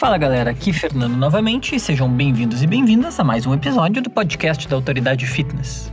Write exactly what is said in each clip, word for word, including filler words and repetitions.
Fala galera, aqui Fernando novamente e sejam bem-vindos e bem-vindas a mais um episódio do podcast da Autoridade Fitness.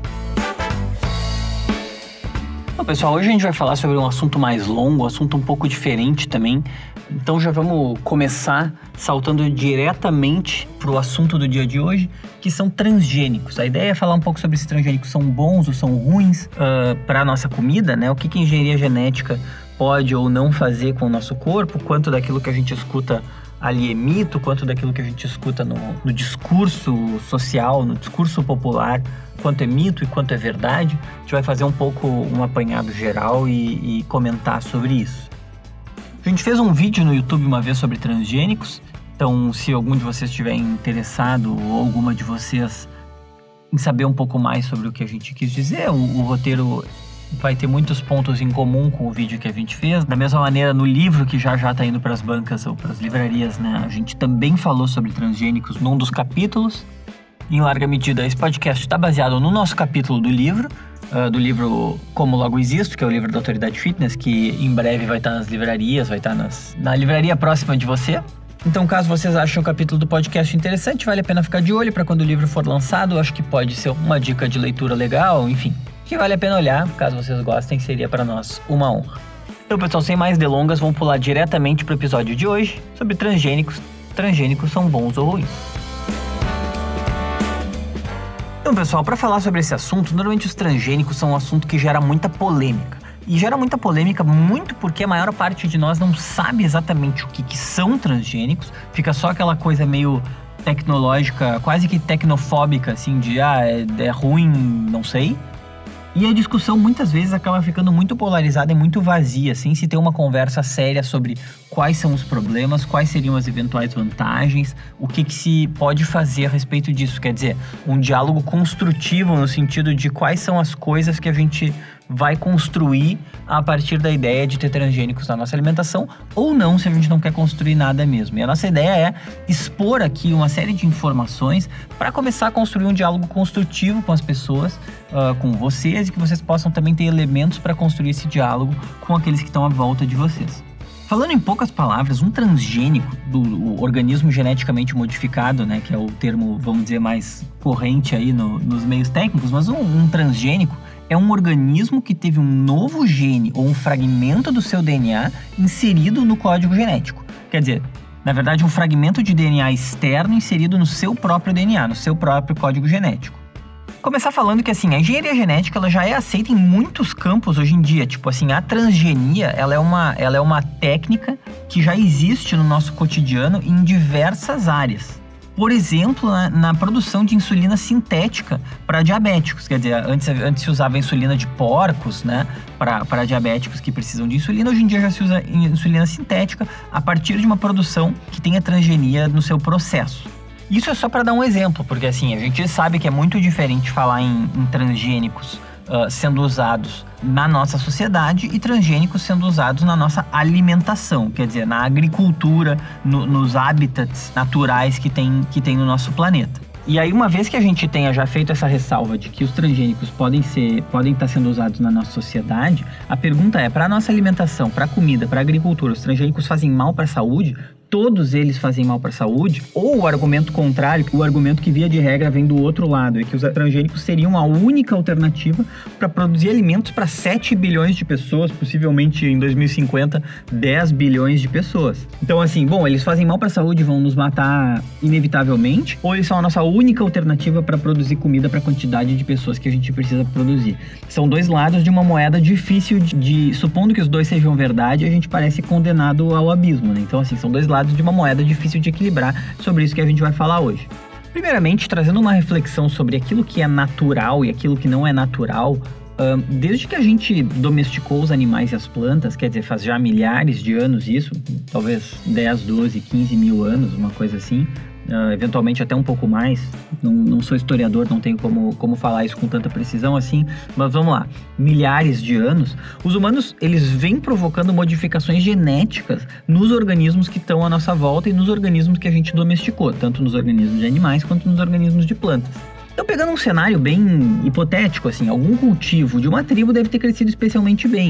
Bom pessoal, hoje a gente vai falar sobre um assunto mais longo, um assunto um pouco diferente também. Então já vamos começar saltando diretamente para o assunto do dia de hoje, que são transgênicos. A ideia é falar um pouco sobre se transgênicos são bons ou são ruins uh, para a nossa comida, né? O que, que a engenharia genética pode ou não fazer com o nosso corpo, quanto daquilo que a gente escuta ali é mito, quanto daquilo que a gente escuta no, no discurso social, no discurso popular, quanto é mito e quanto é verdade. A gente vai fazer um pouco um apanhado geral e, e comentar sobre isso. A gente fez um vídeo no YouTube uma vez sobre transgênicos, então se algum de vocês estiver interessado ou alguma de vocês em saber um pouco mais sobre o que a gente quis dizer, o, o roteiro vai ter muitos pontos em comum com o vídeo que a gente fez. Da mesma maneira, no livro que já já está indo para as bancas ou para as livrarias, né, a gente também falou sobre transgênicos num dos capítulos. Em larga medida, esse podcast está baseado no nosso capítulo do livro, uh, do livro Como Logo Existo, que é o livro da Autoridade Fitness, que em breve vai estar nas livrarias, vai estar nas, na livraria próxima de você. Então, caso vocês achem o capítulo do podcast interessante, vale a pena ficar de olho para quando o livro for lançado. Eu acho que pode ser uma dica de leitura legal, enfim, que vale a pena olhar. Caso vocês gostem, seria para nós uma honra. Então, pessoal, sem mais delongas, vamos pular diretamente para o episódio de hoje sobre transgênicos. Transgênicos são bons ou ruins? Então, pessoal, para falar sobre esse assunto, normalmente os transgênicos são um assunto que gera muita polêmica. E gera muita polêmica muito porque a maior parte de nós não sabe exatamente o que, que são transgênicos. Fica só aquela coisa meio tecnológica, quase que tecnofóbica, assim, de ah, é, é ruim, não sei. E a discussão muitas vezes acaba ficando muito polarizada e muito vazia, sem se ter uma conversa séria sobre quais são os problemas, quais seriam as eventuais vantagens, o que, que se pode fazer a respeito disso. Quer dizer, um diálogo construtivo no sentido de quais são as coisas que a gente vai construir a partir da ideia de ter transgênicos na nossa alimentação, ou não, se a gente não quer construir nada mesmo. E a nossa ideia é expor aqui uma série de informações para começar a construir um diálogo construtivo com as pessoas, uh, com vocês, e que vocês possam também ter elementos para construir esse diálogo com aqueles que estão à volta de vocês. Falando em poucas palavras, um transgênico, do organismo geneticamente modificado, né, que é o termo, vamos dizer, mais corrente aí no, nos meios técnicos, mas um, um transgênico é um organismo que teve um novo gene ou um fragmento do seu D N A inserido no código genético. Quer dizer, na verdade, um fragmento de D N A externo inserido no seu próprio D N A, no seu próprio código genético. Começar falando que, assim, a engenharia genética ela já é aceita em muitos campos hoje em dia. Tipo assim, a transgenia ela é, uma, ela é uma técnica que já existe no nosso cotidiano em diversas áreas. Por exemplo, na, na produção de insulina sintética para diabéticos. Quer dizer, antes, antes se usava insulina de porcos, né, para diabéticos que precisam de insulina. Hoje em dia já se usa insulina sintética a partir de uma produção que tenha transgenia no seu processo. Isso é só para dar um exemplo, porque assim, a gente sabe que é muito diferente falar em, em transgênicos uh, sendo usados na nossa sociedade e transgênicos sendo usados na nossa alimentação, quer dizer, na agricultura, no, nos hábitats naturais que tem, que tem no nosso planeta. E aí, uma vez que a gente tenha já feito essa ressalva de que os transgênicos podem ser, podem estar sendo usados na nossa sociedade, a pergunta é, para a nossa alimentação, para a comida, para a agricultura, os transgênicos fazem mal para a saúde? Todos eles fazem mal para a saúde? Ou o argumento contrário, o argumento que via de regra vem do outro lado, é que os transgênicos seriam a única alternativa para produzir alimentos para sete bilhões de pessoas, possivelmente em dois mil e cinquenta, dez bilhões de pessoas. Então assim, bom, eles fazem mal para a saúde e vão nos matar inevitavelmente, ou eles são a nossa única alternativa para produzir comida para a quantidade de pessoas que a gente precisa produzir? São dois lados de uma moeda difícil de, de... Supondo que os dois sejam verdade, a gente parece condenado ao abismo, né? Então assim, são dois lados de uma moeda difícil de equilibrar, sobre isso que a gente vai falar hoje. Primeiramente, trazendo uma reflexão sobre aquilo que é natural e aquilo que não é natural, uh, desde que a gente domesticou os animais e as plantas, quer dizer, faz já milhares de anos isso, talvez dez, doze, quinze mil anos, uma coisa assim, uh, eventualmente até um pouco mais, não, não sou historiador, não tenho como, como falar isso com tanta precisão assim, mas vamos lá, milhares de anos, os humanos, eles vêm provocando modificações genéticas nos organismos que estão à nossa volta e nos organismos que a gente domesticou, tanto nos organismos de animais quanto nos organismos de plantas. Então, pegando um cenário bem hipotético, assim, algum cultivo de uma tribo deve ter crescido especialmente bem.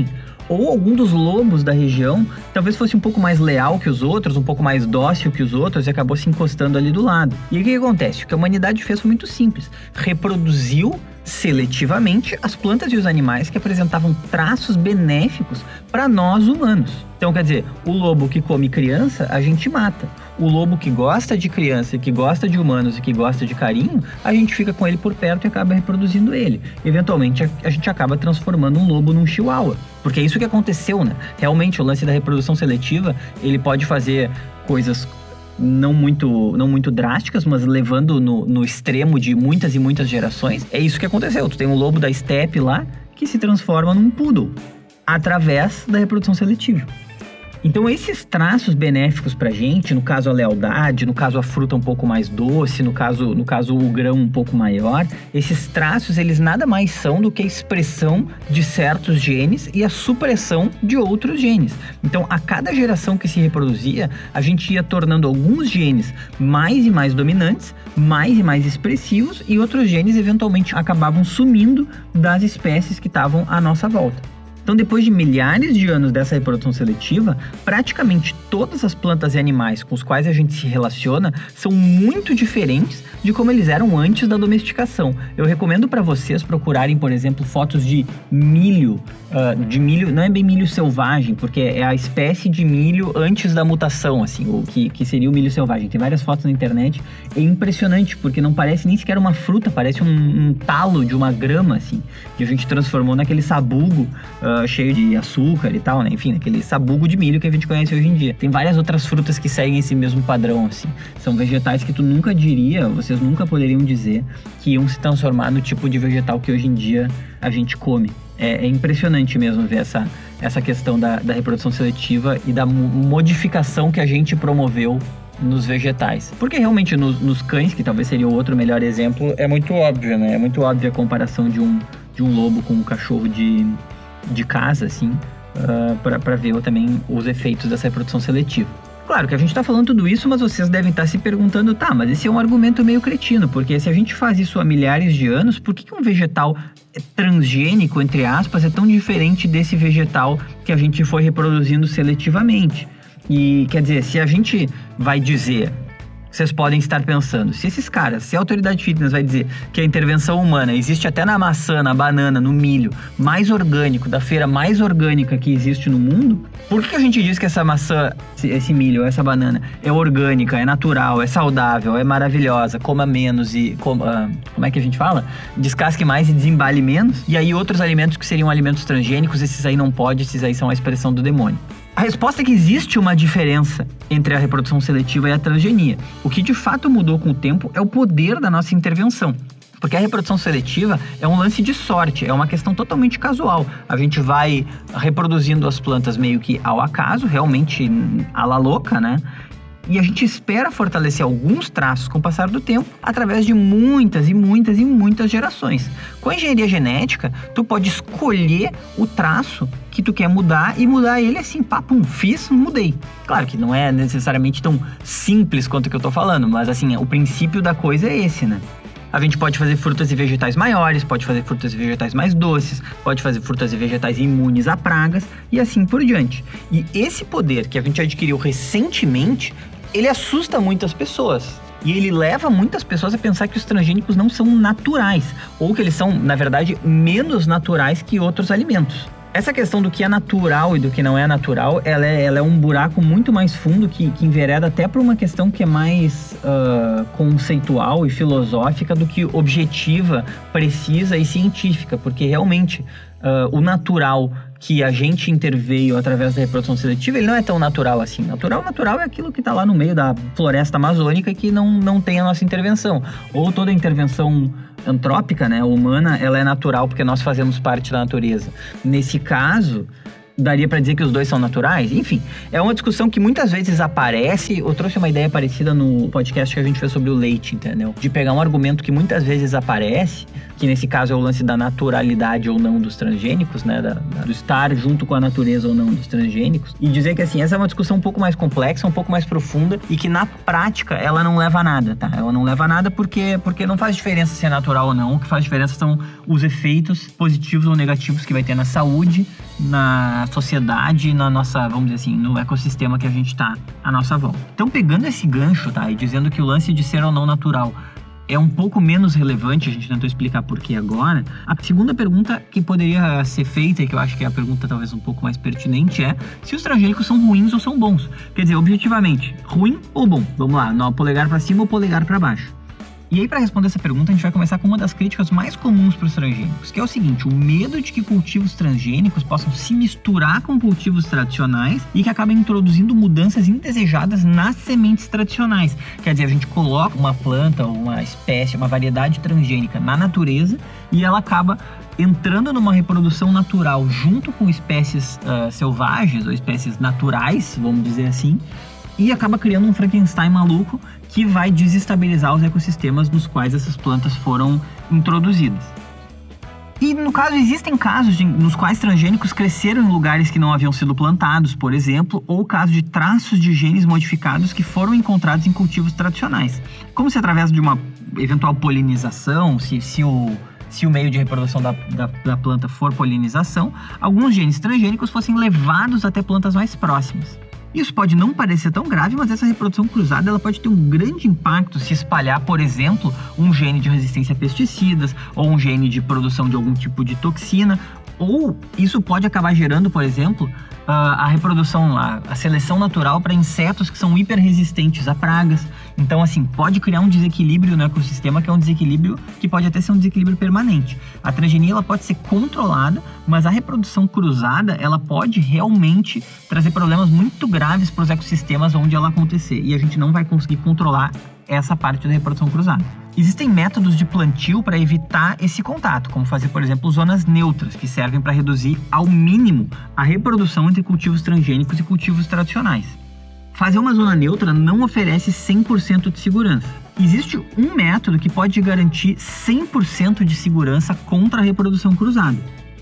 Ou algum dos lobos da região talvez fosse um pouco mais leal que os outros, um pouco mais dócil que os outros e acabou se encostando ali do lado. E aí o que acontece? O que a humanidade fez foi muito simples. Reproduziu seletivamente as plantas e os animais que apresentavam traços benéficos para nós humanos. Então, quer dizer, o lobo que come criança, a gente mata. O lobo que gosta de criança, que gosta de humanos e que gosta de carinho, a gente fica com ele por perto e acaba reproduzindo ele. Eventualmente, a, a gente acaba transformando um lobo num chihuahua. Porque é isso que aconteceu, né? Realmente, o lance da reprodução seletiva, ele pode fazer coisas não muito, não muito drásticas, mas levando no, no extremo de muitas e muitas gerações. É isso que aconteceu. Tu tem um lobo da estepe lá que se transforma num poodle através da reprodução seletiva. Então esses traços benéficos pra gente, no caso a lealdade, no caso a fruta um pouco mais doce, no caso, no caso o grão um pouco maior, esses traços eles nada mais são do que a expressão de certos genes e a supressão de outros genes. Então a cada geração que se reproduzia, a gente ia tornando alguns genes mais e mais dominantes, mais e mais expressivos e outros genes eventualmente acabavam sumindo das espécies que estavam à nossa volta. Então, depois de milhares de anos dessa reprodução seletiva, praticamente todas as plantas e animais com os quais a gente se relaciona são muito diferentes de como eles eram antes da domesticação. Eu recomendo para vocês procurarem, por exemplo, fotos de milho, uh, de milho, não é bem milho selvagem, porque é a espécie de milho antes da mutação, assim, o que, que seria o milho selvagem. Tem várias fotos na internet, é impressionante, porque não parece nem sequer uma fruta, parece um, um talo de uma grama, assim, que a gente transformou naquele sabugo uh, cheio de açúcar e tal, né? Enfim, aquele sabugo de milho que a gente conhece hoje em dia. Tem várias outras frutas que seguem esse mesmo padrão, assim. São vegetais que tu nunca diria, vocês nunca poderiam dizer que iam se transformar no tipo de vegetal que hoje em dia a gente come. É, é impressionante mesmo ver essa, essa questão da, da reprodução seletiva e da modificação que a gente promoveu nos vegetais. Porque realmente nos, nos cães, que talvez seria o outro melhor exemplo, é muito óbvio, né? É muito óbvia a comparação de um, de um lobo com um cachorro de, de casa, assim, uh, para ver também os efeitos dessa reprodução seletiva. Claro que a gente está falando tudo isso, mas vocês devem estar se perguntando, tá, mas esse é um argumento meio cretino, porque se a gente faz isso há milhares de anos, por que, que um vegetal transgênico, entre aspas, é tão diferente desse vegetal que a gente foi reproduzindo seletivamente? E, quer dizer, se a gente vai dizer, vocês podem estar pensando, se esses caras, se a autoridade fitness vai dizer que a intervenção humana existe até na maçã, na banana, no milho, mais orgânico, da feira mais orgânica que existe no mundo, por que a gente diz que essa maçã, esse milho, essa banana é orgânica, é natural, é saudável, é maravilhosa, coma menos e, coma, como é que a gente fala? Descasque mais e desembale menos? E aí outros alimentos que seriam alimentos transgênicos, esses aí não pode, esses aí são a expressão do demônio. A resposta é que existe uma diferença entre a reprodução seletiva e a transgenia. O que de fato mudou com o tempo é o poder da nossa intervenção. Porque a reprodução seletiva é um lance de sorte, é uma questão totalmente casual. A gente vai reproduzindo as plantas meio que ao acaso, realmente à la louca, né? E a gente espera fortalecer alguns traços com o passar do tempo através de muitas e muitas e muitas gerações. Com a engenharia genética, tu pode escolher o traço que tu quer mudar e mudar ele assim, pá, pum, fiz, mudei. Claro que não é necessariamente tão simples quanto o que eu tô falando, mas assim, o princípio da coisa é esse, né? A gente pode fazer frutas e vegetais maiores, pode fazer frutas e vegetais mais doces, pode fazer frutas e vegetais imunes a pragas e assim por diante. E esse poder que a gente adquiriu recentemente, ele assusta muitas pessoas. E ele leva muitas pessoas a pensar que os transgênicos não são naturais, ou que eles são, na verdade, menos naturais que outros alimentos. Essa questão do que é natural e do que não é natural, ela é, ela é um buraco muito mais fundo que, que envereda até para uma questão que é mais uh, conceitual e filosófica do que objetiva, precisa e científica, porque realmente uh, o natural que a gente interveio através da reprodução seletiva, ele não é tão natural assim. Natural, natural é aquilo que está lá no meio da floresta amazônica que não, não tem a nossa intervenção. Ou toda intervenção antrópica, né, humana, ela é natural porque nós fazemos parte da natureza. Nesse caso, daria para dizer que os dois são naturais? Enfim, é uma discussão que muitas vezes aparece. Eu trouxe uma ideia parecida no podcast que a gente fez sobre o leite, entendeu? De pegar um argumento que muitas vezes aparece, que nesse caso é o lance da naturalidade ou não dos transgênicos, né? Da, da, do estar junto com a natureza ou não dos transgênicos. E dizer que, assim, essa é uma discussão um pouco mais complexa, um pouco mais profunda e que, na prática, ela não leva a nada, tá? Ela não leva a nada porque, porque não faz diferença se é natural ou não. O que faz diferença são os efeitos positivos ou negativos que vai ter na saúde na sociedade, na nossa, vamos dizer assim, no ecossistema que a gente está à nossa volta. Então, pegando esse gancho, tá, e dizendo que o lance de ser ou não natural é um pouco menos relevante, a gente tentou explicar por que agora, a segunda pergunta que poderia ser feita, e que eu acho que é a pergunta talvez um pouco mais pertinente, é se os transgênicos são ruins ou são bons. Quer dizer, objetivamente, ruim ou bom? Vamos lá, no polegar para cima ou polegar para baixo? E aí, para responder essa pergunta, a gente vai começar com uma das críticas mais comuns para os transgênicos, que é o seguinte: o medo de que cultivos transgênicos possam se misturar com cultivos tradicionais e que acabem introduzindo mudanças indesejadas nas sementes tradicionais. Quer dizer, a gente coloca uma planta ou uma espécie, uma variedade transgênica na natureza e ela acaba entrando numa reprodução natural junto com espécies uh, selvagens ou espécies naturais, vamos dizer assim, e acaba criando um Frankenstein maluco que vai desestabilizar os ecossistemas nos quais essas plantas foram introduzidas. E no caso, existem casos de, nos quais transgênicos cresceram em lugares que não haviam sido plantados, por exemplo, ou caso de traços de genes modificados que foram encontrados em cultivos tradicionais. Como se através de uma eventual polinização, se, se o... se o meio de reprodução da, da, da planta for polinização, alguns genes transgênicos fossem levados até plantas mais próximas. Isso pode não parecer tão grave, mas essa reprodução cruzada ela pode ter um grande impacto se espalhar, por exemplo, um gene de resistência a pesticidas ou um gene de produção de algum tipo de toxina, ou isso pode acabar gerando, por exemplo, a reprodução, a, a seleção natural para insetos que são hiperresistentes a pragas. Então, assim, pode criar um desequilíbrio no ecossistema, que é um desequilíbrio que pode até ser um desequilíbrio permanente. A transgenia ela pode ser controlada, mas a reprodução cruzada ela pode realmente trazer problemas muito graves para os ecossistemas onde ela acontecer. E a gente não vai conseguir controlar essa parte da reprodução cruzada. Existem métodos de plantio para evitar esse contato, como fazer, por exemplo, zonas neutras, que servem para reduzir ao mínimo a reprodução entre cultivos transgênicos e cultivos tradicionais. Fazer uma zona neutra não oferece cem por cento de segurança. Existe um método que pode garantir cem por cento de segurança contra a reprodução cruzada.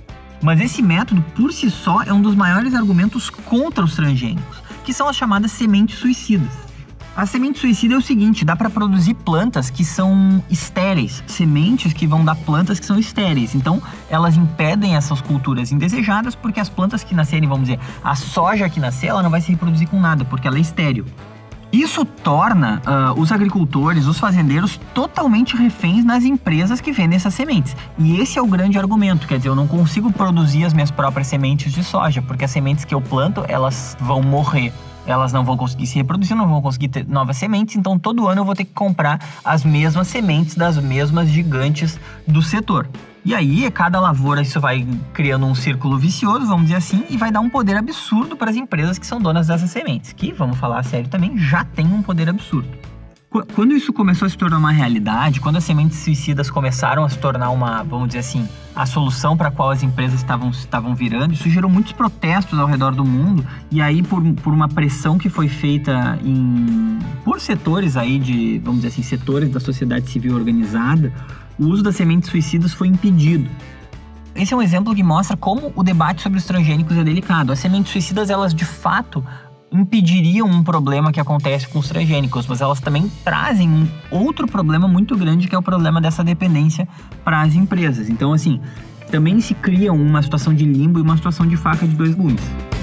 Mas esse método, por si só, é um dos maiores argumentos contra os transgênicos, que são as chamadas sementes suicidas. A semente suicida é o seguinte: dá para produzir plantas que são estéreis, sementes que vão dar plantas que são estéreis. Então, elas impedem essas culturas indesejadas, porque as plantas que nascerem, vamos dizer, a soja que nascer, ela não vai se reproduzir com nada, porque ela é estéril. Isso torna uh, os agricultores, os fazendeiros, totalmente reféns nas empresas que vendem essas sementes. E esse é o grande argumento, quer dizer, eu não consigo produzir as minhas próprias sementes de soja, porque as sementes que eu planto, elas vão morrer. Elas não vão conseguir se reproduzir, não vão conseguir ter novas sementes, então todo ano eu vou ter que comprar as mesmas sementes das mesmas gigantes do setor. E aí, cada lavoura, isso vai criando um círculo vicioso, vamos dizer assim, e vai dar um poder absurdo para as empresas que são donas dessas sementes, que, vamos falar sério também, já tem um poder absurdo. Quando isso começou a se tornar uma realidade, quando as sementes suicidas começaram a se tornar uma, vamos dizer assim, a solução para a qual as empresas estavam, estavam virando, isso gerou muitos protestos ao redor do mundo, e aí por, por uma pressão que foi feita em, por setores aí de, vamos dizer assim, setores da sociedade civil organizada, o uso das sementes suicidas foi impedido. Esse é um exemplo que mostra como o debate sobre os transgênicos é delicado. As sementes suicidas, elas de fato impediriam um problema que acontece com os transgênicos, mas elas também trazem um outro problema muito grande, que é o problema dessa dependência para as empresas. Então, assim, também se cria uma situação de limbo e uma situação de faca de dois gumes.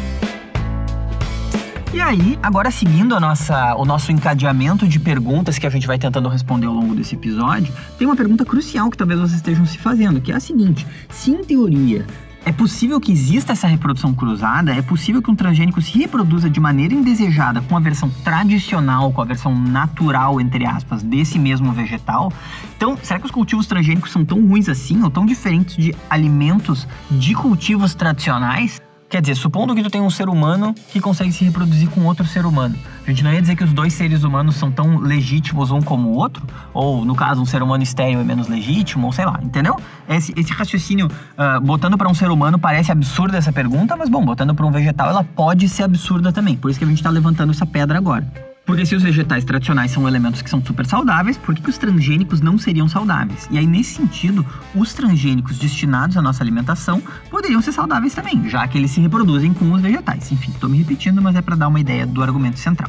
E aí, agora seguindo a nossa, o nosso encadeamento de perguntas que a gente vai tentando responder ao longo desse episódio, tem uma pergunta crucial que talvez vocês estejam se fazendo, que é a seguinte: se em teoria é possível que exista essa reprodução cruzada, é possível que um transgênico se reproduza de maneira indesejada com a versão tradicional, com a versão natural, entre aspas, desse mesmo vegetal, então, será que os cultivos transgênicos são tão ruins assim, ou tão diferentes de alimentos de cultivos tradicionais? Quer dizer, supondo que tu tem um ser humano que consegue se reproduzir com outro ser humano, a gente não ia dizer que os dois seres humanos são tão legítimos um como o outro? Ou, no caso, um ser humano estéril é menos legítimo? Ou sei lá, entendeu? Esse, esse raciocínio, uh, botando para um ser humano, parece absurda essa pergunta, mas, bom, botando para um vegetal, ela pode ser absurda também. Por isso que a gente está levantando essa pedra agora. Porque se os vegetais tradicionais são elementos que são super saudáveis, por que os transgênicos não seriam saudáveis? E aí, nesse sentido, os transgênicos destinados à nossa alimentação poderiam ser saudáveis também, já que eles se reproduzem com os vegetais. Enfim, estou me repetindo, mas é para dar uma ideia do argumento central.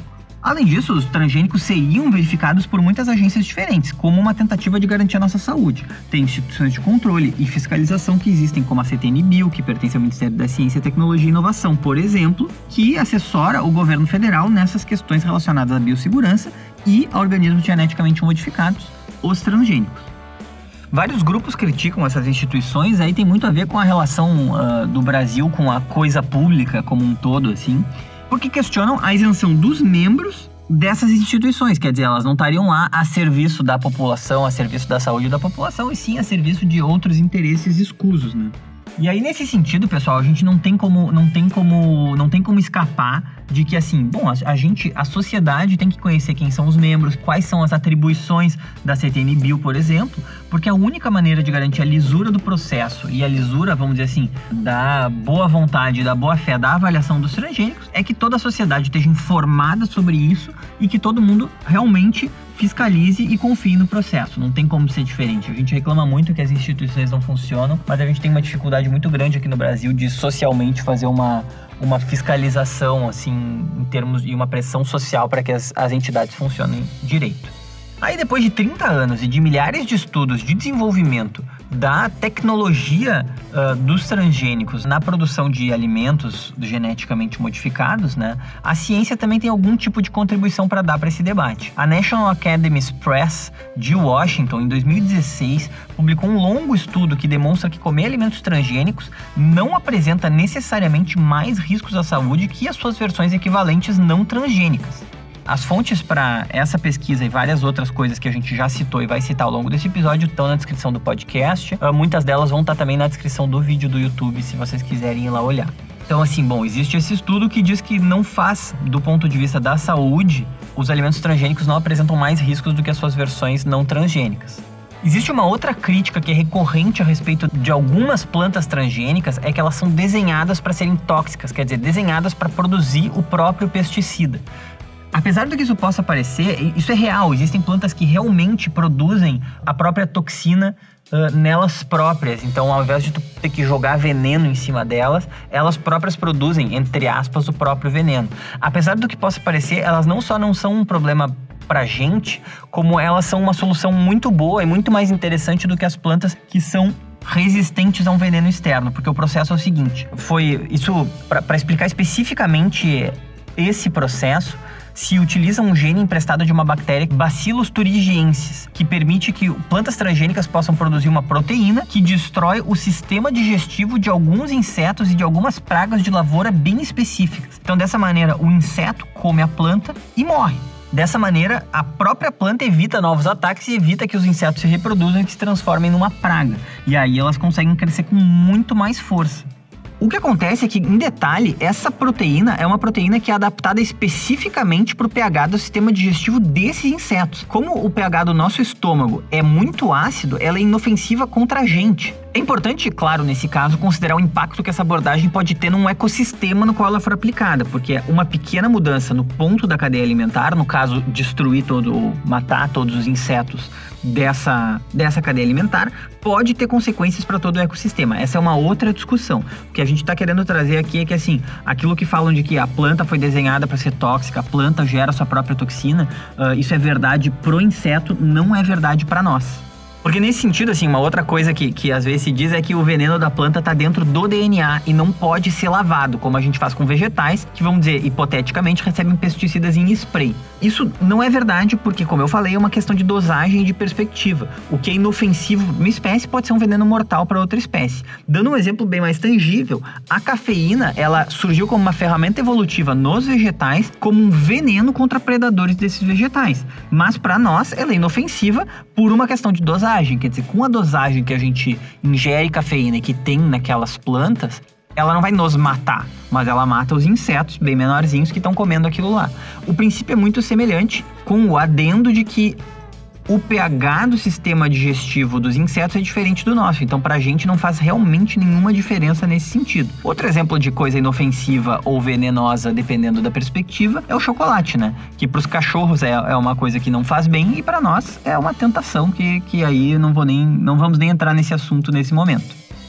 Além disso, os transgênicos seriam verificados por muitas agências diferentes, como uma tentativa de garantir a nossa saúde. Tem instituições de controle e fiscalização que existem, como a C T N Bio, que pertence ao Ministério da Ciência, Tecnologia e Inovação, por exemplo, que assessora o governo federal nessas questões relacionadas à biossegurança e a organismos geneticamente modificados, os transgênicos. Vários grupos criticam essas instituições, aí tem muito a ver com a relação uh, do Brasil com a coisa pública como um todo, assim, porque questionam a isenção dos membros dessas instituições, quer dizer, elas não estariam lá a serviço da população, a serviço da saúde da população, e sim a serviço de outros interesses escusos, né? E aí, nesse sentido, pessoal, a gente não tem como, não tem como, não tem como escapar de que, assim, bom, a, a gente, a sociedade tem que conhecer quem são os membros, quais são as atribuições da C T N Bio, por exemplo, porque a única maneira de garantir a lisura do processo e a lisura, vamos dizer assim, da boa vontade, da boa fé, da avaliação dos transgênicos, é que toda a sociedade esteja informada sobre isso e que todo mundo realmente fiscalize e confie no processo. Não tem como ser diferente. A gente reclama muito que as instituições não funcionam, mas a gente tem uma dificuldade muito grande aqui no Brasil de socialmente fazer uma, uma fiscalização, assim, em termos e uma pressão social para que as, as entidades funcionem direito. Aí, depois de trinta anos e de milhares de estudos de desenvolvimento da tecnologia uh, dos transgênicos na produção de alimentos geneticamente modificados, né, a ciência também tem algum tipo de contribuição para dar para esse debate. A National Academy Press de Washington, em dois mil e dezesseis, publicou um longo estudo que demonstra que comer alimentos transgênicos não apresenta necessariamente mais riscos à saúde que as suas versões equivalentes não transgênicas. As fontes para essa pesquisa e várias outras coisas que a gente já citou e vai citar ao longo desse episódio estão na descrição do podcast. Uh, muitas delas vão estar também na descrição do vídeo do YouTube, se vocês quiserem ir lá olhar. Então, assim, bom, existe esse estudo que diz que não faz, do ponto de vista da saúde, os alimentos transgênicos não apresentam mais riscos do que as suas versões não transgênicas. Existe uma outra crítica que é recorrente a respeito de algumas plantas transgênicas, é que elas são desenhadas para serem tóxicas, quer dizer, desenhadas para produzir o próprio pesticida. Apesar do que isso possa parecer, isso é real. Existem plantas que realmente produzem a própria toxina uh, nelas próprias. Então, ao invés de tu ter que jogar veneno em cima delas, elas próprias produzem, entre aspas, o próprio veneno. Apesar do que possa parecer, elas não só não são um problema pra gente, como elas são uma solução muito boa e muito mais interessante do que as plantas que são resistentes a um veneno externo. Porque o processo é o seguinte, foi isso, para explicar especificamente esse processo, se utiliza um gene emprestado de uma bactéria, Bacillus thuringiensis, que permite que plantas transgênicas possam produzir uma proteína que destrói o sistema digestivo de alguns insetos e de algumas pragas de lavoura bem específicas. Então, dessa maneira, o inseto come a planta e morre. Dessa maneira, a própria planta evita novos ataques e evita que os insetos se reproduzam e se transformem numa praga. E aí elas conseguem crescer com muito mais força. O que acontece é que, em detalhe, essa proteína é uma proteína que é adaptada especificamente para o pH do sistema digestivo desses insetos. Como o pH do nosso estômago é muito ácido, ela é inofensiva contra a gente. É importante, claro, nesse caso, considerar o impacto que essa abordagem pode ter num ecossistema no qual ela for aplicada, porque uma pequena mudança no ponto da cadeia alimentar, no caso, destruir todo, ou matar todos os insetos dessa, dessa cadeia alimentar, pode ter consequências para todo o ecossistema. Essa é uma outra discussão. O que a gente está querendo trazer aqui é que, assim, aquilo que falam de que a planta foi desenhada para ser tóxica, a planta gera sua própria toxina, uh, isso é verdade pro inseto, não é verdade para nós. Porque nesse sentido, assim, uma outra coisa que, que às vezes se diz é que o veneno da planta está dentro do D N A e não pode ser lavado, como a gente faz com vegetais, que, vamos dizer, hipoteticamente, recebem pesticidas em spray. Isso não é verdade porque, como eu falei, é uma questão de dosagem e de perspectiva. O que é inofensivo para uma espécie pode ser um veneno mortal para outra espécie. Dando um exemplo bem mais tangível, a cafeína, ela surgiu como uma ferramenta evolutiva nos vegetais, como um veneno contra predadores desses vegetais. Mas, para nós, ela é inofensiva por uma questão de dosagem. Quer dizer, com a dosagem que a gente ingere cafeína e que tem naquelas plantas, ela não vai nos matar, mas ela mata os insetos bem menorzinhos que estão comendo aquilo lá. O princípio é muito semelhante, com o adendo de que o pH do sistema digestivo dos insetos é diferente do nosso, então pra gente não faz realmente nenhuma diferença nesse sentido. Outro exemplo de coisa inofensiva ou venenosa, dependendo da perspectiva, é o chocolate, né? Que pros cachorros é, é uma coisa que não faz bem e pra nós é uma tentação que, que aí não, vou nem, não vamos nem entrar nesse assunto nesse momento.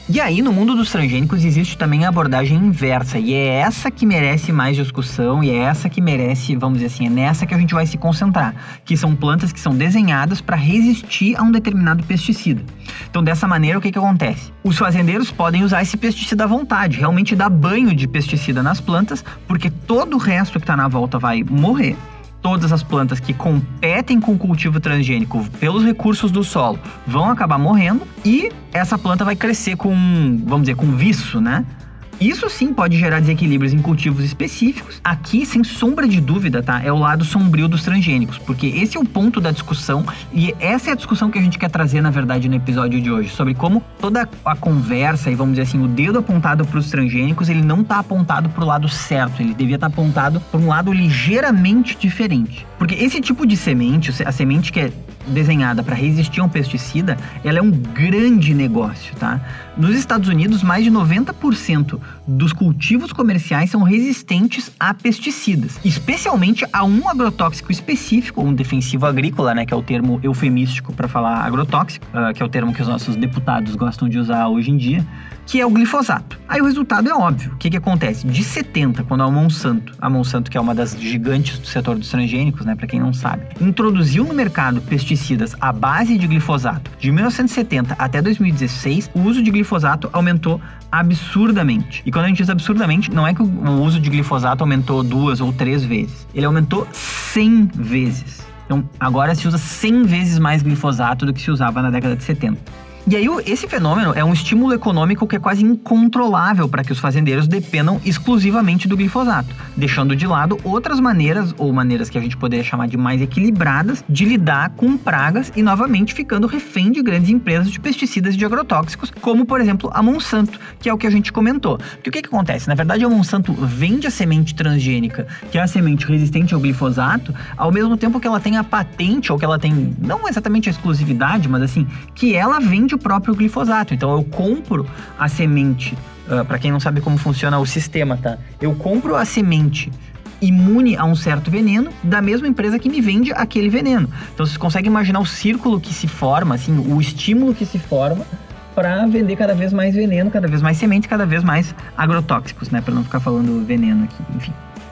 E aí, no mundo dos transgênicos, existe também a abordagem inversa, e é essa que merece mais discussão, e é essa que merece, vamos dizer assim, é nessa que a gente vai se concentrar, que são plantas que são desenhadas para resistir a um determinado pesticida. Então, dessa maneira, o que que acontece? Os fazendeiros podem usar esse pesticida à vontade, realmente dar banho de pesticida nas plantas, porque todo o resto que está na volta vai morrer. Todas as plantas que competem com o cultivo transgênico pelos recursos do solo vão acabar morrendo e essa planta vai crescer com, vamos dizer, com viço, né? Isso sim pode gerar desequilíbrios em cultivos específicos. Aqui, sem sombra de dúvida, tá? É o lado sombrio dos transgênicos, porque esse é o ponto da discussão e essa é a discussão que a gente quer trazer, na verdade, no episódio de hoje, sobre como toda a conversa e, vamos dizer assim, o dedo apontado para os transgênicos, ele não está apontado para o lado certo, ele devia estar apontado para um lado ligeiramente diferente. Porque esse tipo de semente, a semente que é desenhada para resistir a um pesticida, ela é um grande negócio, tá? Nos Estados Unidos, mais de noventa por cento dos cultivos comerciais são resistentes a pesticidas, especialmente a um agrotóxico específico, um defensivo agrícola, né, que é o termo eufemístico para falar agrotóxico, uh, que é o termo que os nossos deputados gostam de usar hoje em dia, que é o glifosato. Aí o resultado é óbvio. O que que acontece? De setenta, quando a Monsanto, a Monsanto que é uma das gigantes do setor dos transgênicos, né, para quem não sabe, introduziu no mercado pesticidas à base de glifosato, de mil novecentos e setenta até dois mil e dezesseis, o uso de glifosato aumentou absurdamente. E quando a gente diz absurdamente, não é que o uso de glifosato aumentou duas ou três vezes. Ele aumentou cem vezes. Então, agora se usa cem vezes mais glifosato do que se usava na década de setenta. E aí, esse fenômeno é um estímulo econômico que é quase incontrolável para que os fazendeiros dependam exclusivamente do glifosato, deixando de lado outras maneiras, ou maneiras que a gente poderia chamar de mais equilibradas, de lidar com pragas e, novamente, ficando refém de grandes empresas de pesticidas e de agrotóxicos, como, por exemplo, a Monsanto, que é o que a gente comentou. Porque o que que acontece? Na verdade, a Monsanto vende a semente transgênica, que é a semente resistente ao glifosato, ao mesmo tempo que ela tem a patente, ou que ela tem, não exatamente a exclusividade, mas assim, que ela vende o próprio glifosato. Então eu compro a semente, uh, para quem não sabe como funciona o sistema, tá? Eu compro a semente imune a um certo veneno da mesma empresa que me vende aquele veneno. Então você consegue imaginar o círculo que se forma, assim, o estímulo que se forma para vender cada vez mais veneno, cada vez mais sementes, cada vez mais agrotóxicos, né? Para não ficar falando veneno aqui, enfim.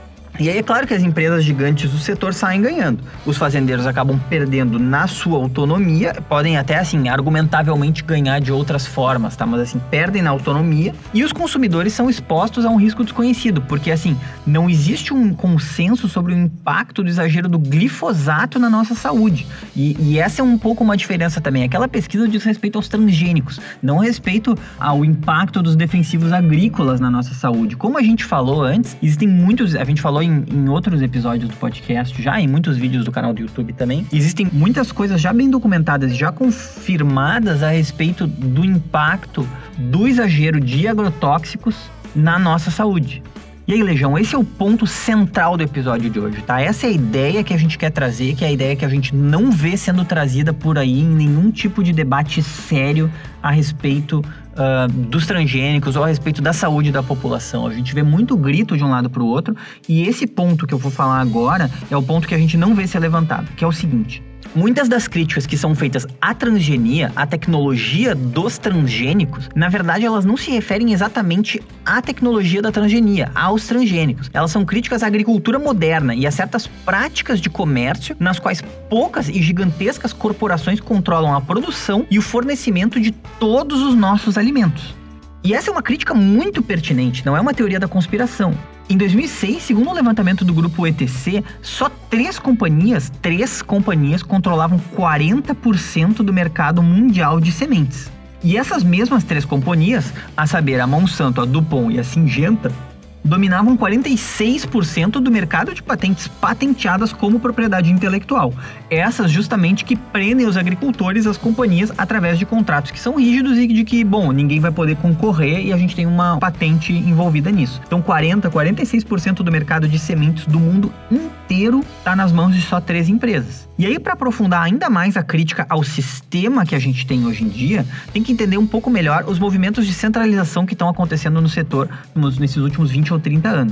E aí é claro que as empresas gigantes do setor saem ganhando. Os fazendeiros acabam perdendo na sua autonomia, podem até, assim, argumentavelmente ganhar de outras formas, tá? Mas, assim, perdem na autonomia e os consumidores são expostos a um risco desconhecido, porque, assim, não existe um consenso sobre o impacto do exagero do glifosato na nossa saúde. E, e essa é um pouco uma diferença também. Aquela pesquisa diz respeito aos transgênicos, não respeito ao impacto dos defensivos agrícolas na nossa saúde. Como a gente falou antes, existem muitos... A gente falou Em, em outros episódios do podcast, já em muitos vídeos do canal do YouTube também, existem muitas coisas já bem documentadas, já confirmadas a respeito do impacto do exagero de agrotóxicos na nossa saúde. E aí, Legião, esse é o ponto central do episódio de hoje, tá? Essa é a ideia que a gente quer trazer, que é a ideia que a gente não vê sendo trazida por aí em nenhum tipo de debate sério a respeito uh, dos transgênicos ou a respeito da saúde da população. A gente vê muito grito de um lado para o outro e esse ponto que eu vou falar agora é o ponto que a gente não vê ser levantado, que é o seguinte: muitas das críticas que são feitas à transgenia, à tecnologia dos transgênicos, na verdade elas não se referem exatamente à tecnologia da transgenia, aos transgênicos. Elas são críticas à agricultura moderna e a certas práticas de comércio nas quais poucas e gigantescas corporações controlam a produção e o fornecimento de todos os nossos alimentos. E essa é uma crítica muito pertinente, não é uma teoria da conspiração. Em dois mil e seis, segundo o levantamento do grupo E T C, só três companhias, três companhias controlavam quarenta por cento do mercado mundial de sementes. E essas mesmas três companhias, a saber, a Monsanto, a DuPont e a Syngenta, dominavam quarenta e seis por cento do mercado de patentes patenteadas como propriedade intelectual. Essas justamente que prendem os agricultores às companhias através de contratos que são rígidos e de que, bom, ninguém vai poder concorrer e a gente tem uma patente envolvida nisso. Então quarenta, quarenta e seis por cento do mercado de sementes do mundo inteiro está nas mãos de só três empresas. E aí, para aprofundar ainda mais a crítica ao sistema que a gente tem hoje em dia, tem que entender um pouco melhor os movimentos de centralização que estão acontecendo no setor nesses últimos vinte ou trinta anos.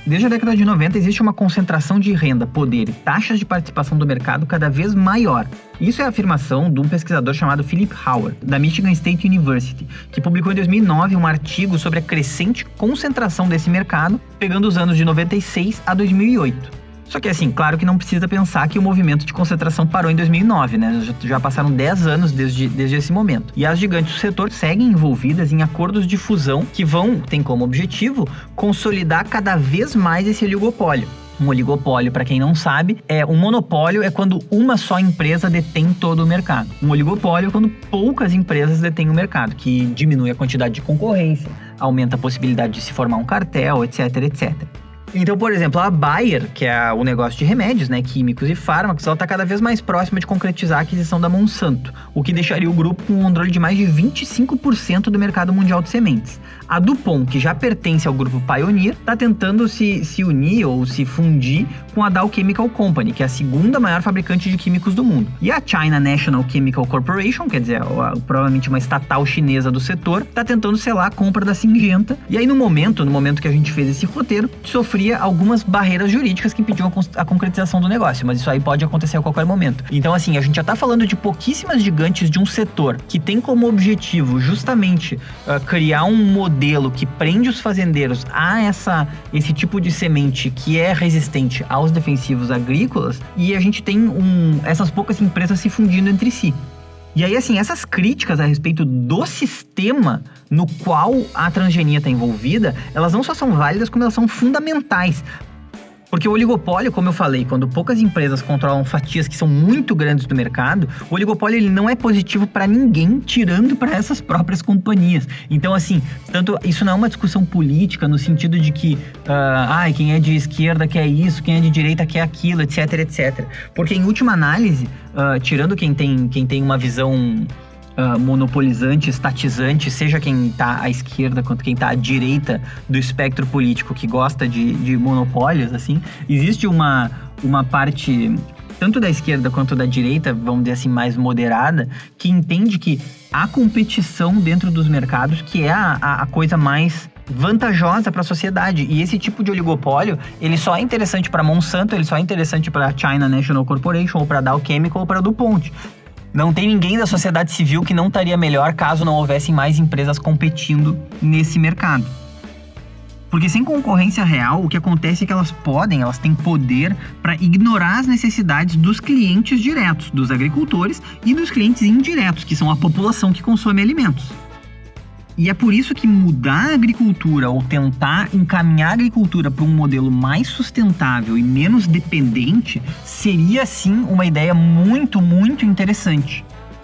Desde a década de noventa existe uma concentração de renda, poder e taxas de participação do mercado cada vez maior. Isso é a afirmação de um pesquisador chamado Philip Howard, da Michigan State University, que publicou em dois mil e nove um artigo sobre a crescente concentração desse mercado, pegando os anos de noventa e seis a dois mil e oito. Só que assim, claro que não precisa pensar que o movimento de concentração parou em dois mil e nove, né? Já, já passaram dez anos desde, desde esse momento. E as gigantes do setor seguem envolvidas em acordos de fusão que vão, tem como objetivo, consolidar cada vez mais esse oligopólio. Um oligopólio, para quem não sabe, é um monopólio é quando uma só empresa detém todo o mercado. Um oligopólio é quando poucas empresas detêm o mercado, que diminui a quantidade de concorrência, aumenta a possibilidade de se formar um cartel, etc, etcétera. Então, por exemplo, a Bayer, que é o negócio de remédios, né, químicos e fármacos, ela está cada vez mais próxima de concretizar a aquisição da Monsanto, o que deixaria o grupo com um controle de mais de vinte e cinco por cento do mercado mundial de sementes. A DuPont, que já pertence ao grupo Pioneer, está tentando se, se unir ou se fundir com a Dow Chemical Company, que é a segunda maior fabricante de químicos do mundo. E a China National Chemical Corporation, quer dizer, provavelmente uma estatal chinesa do setor, está tentando selar a compra da Syngenta. E aí, no momento, no momento que a gente fez esse roteiro, sofria algumas barreiras jurídicas que impediam a concretização do negócio, mas isso aí pode acontecer a qualquer momento. Então, assim, a gente já está falando de pouquíssimas gigantes de um setor que tem como objetivo justamente uh, criar um modelo que prende os fazendeiros a essa, esse tipo de semente que é resistente aos defensivos agrícolas, e a gente tem um, essas poucas empresas se fundindo entre si. E aí, assim, essas críticas a respeito do sistema no qual a transgenia está envolvida, elas não só são válidas, como elas são fundamentais. Porque o oligopólio, como eu falei, quando poucas empresas controlam fatias que são muito grandes do mercado, o oligopólio ele não é positivo para ninguém, tirando para essas próprias companhias. Então, assim, tanto isso não é uma discussão política no sentido de que uh, ah, quem é de esquerda quer isso, quem é de direita quer aquilo, etc, etcétera. Porque, em última análise, uh, tirando quem tem, quem tem uma visão Uh, monopolizante, estatizante, seja quem está à esquerda quanto quem está à direita do espectro político que gosta de, de monopólios, assim, existe uma, uma parte, tanto da esquerda quanto da direita, vamos dizer assim, mais moderada, que entende que a competição dentro dos mercados que é a, a, a coisa mais vantajosa para a sociedade. E esse tipo de oligopólio, ele só é interessante para Monsanto, ele só é interessante para a China National Corporation, ou para a Dow Chemical, ou para a DuPont. Não tem ninguém da sociedade civil que não estaria melhor caso não houvessem mais empresas competindo nesse mercado. Porque sem concorrência real, o que acontece é que elas podem, elas têm poder para ignorar as necessidades dos clientes diretos, dos agricultores e dos clientes indiretos, que são a população que consome alimentos. E é por isso que mudar a agricultura ou tentar encaminhar a agricultura para um modelo mais sustentável e menos dependente seria, sim, uma ideia muito, muito interessante.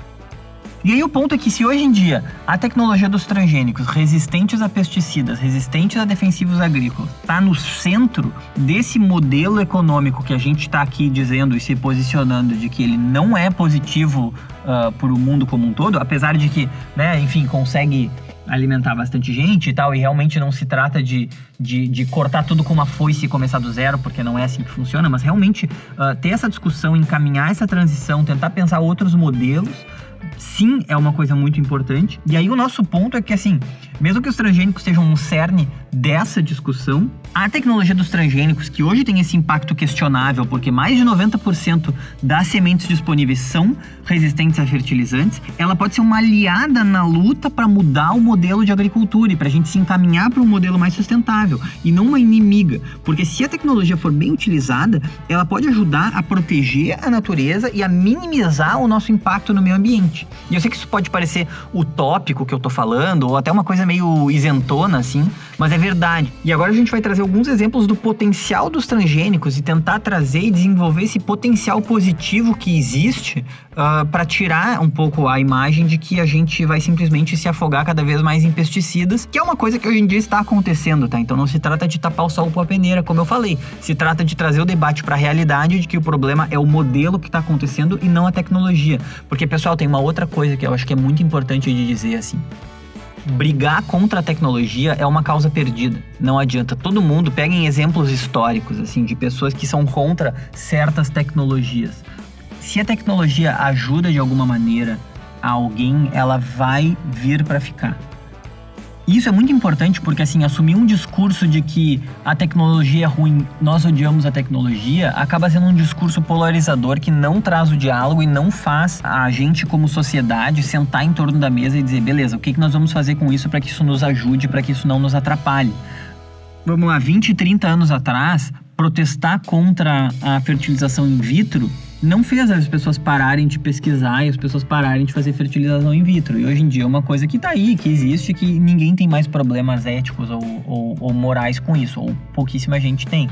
E aí o ponto é que se hoje em dia a tecnologia dos transgênicos resistentes a pesticidas, resistentes a defensivos agrícolas, está no centro desse modelo econômico que a gente está aqui dizendo e se posicionando de que ele não é positivo uh, para o mundo como um todo, apesar de que, né, enfim, consegue alimentar bastante gente e tal, e realmente não se trata de, de, de cortar tudo com uma foice e começar do zero, porque não é assim que funciona, mas realmente uh, ter essa discussão, encaminhar essa transição, tentar pensar outros modelos, sim, é uma coisa muito importante. E aí o nosso ponto é que, assim, mesmo que os transgênicos sejam um cerne dessa discussão, a tecnologia dos transgênicos, que hoje tem esse impacto questionável, porque mais de noventa por cento das sementes disponíveis são resistentes a fertilizantes, ela pode ser uma aliada na luta para mudar o modelo de agricultura e para a gente se encaminhar para um modelo mais sustentável, e não uma inimiga, porque se a tecnologia for bem utilizada, ela pode ajudar a proteger a natureza e a minimizar o nosso impacto no meio ambiente. E eu sei que isso pode parecer utópico que eu tô falando, ou até uma coisa meio isentona, assim, mas é verdade. E agora a gente vai trazer alguns exemplos do potencial dos transgênicos e tentar trazer e desenvolver esse potencial positivo que existe uh, para tirar um pouco a imagem de que a gente vai simplesmente se afogar cada vez mais em pesticidas, que é uma coisa que hoje em dia está acontecendo, tá? Então não se trata de tapar o sol com a peneira, como eu falei. Se trata de trazer o debate para a realidade de que o problema é o modelo que está acontecendo e não a tecnologia. Porque, pessoal, tem uma outra coisa que eu acho que é muito importante de dizer, assim. Brigar contra a tecnologia é uma causa perdida. Não adianta. Todo mundo, peguem exemplos históricos, assim, de pessoas que são contra certas tecnologias. Se a tecnologia ajuda de alguma maneira a alguém, ela vai vir para ficar. Isso é muito importante porque, assim, assumir um discurso de que a tecnologia é ruim, nós odiamos a tecnologia, acaba sendo um discurso polarizador que não traz o diálogo e não faz a gente, como sociedade, sentar em torno da mesa e dizer, beleza, o que, que nós vamos fazer com isso para que isso nos ajude, para que isso não nos atrapalhe. Vamos lá, vinte, trinta anos atrás, protestar contra a fertilização in vitro não fez as pessoas pararem de pesquisar e as pessoas pararem de fazer fertilização in vitro. E hoje em dia é uma coisa que tá aí, que existe, que ninguém tem mais problemas éticos ou, ou, ou morais com isso, ou pouquíssima gente tem.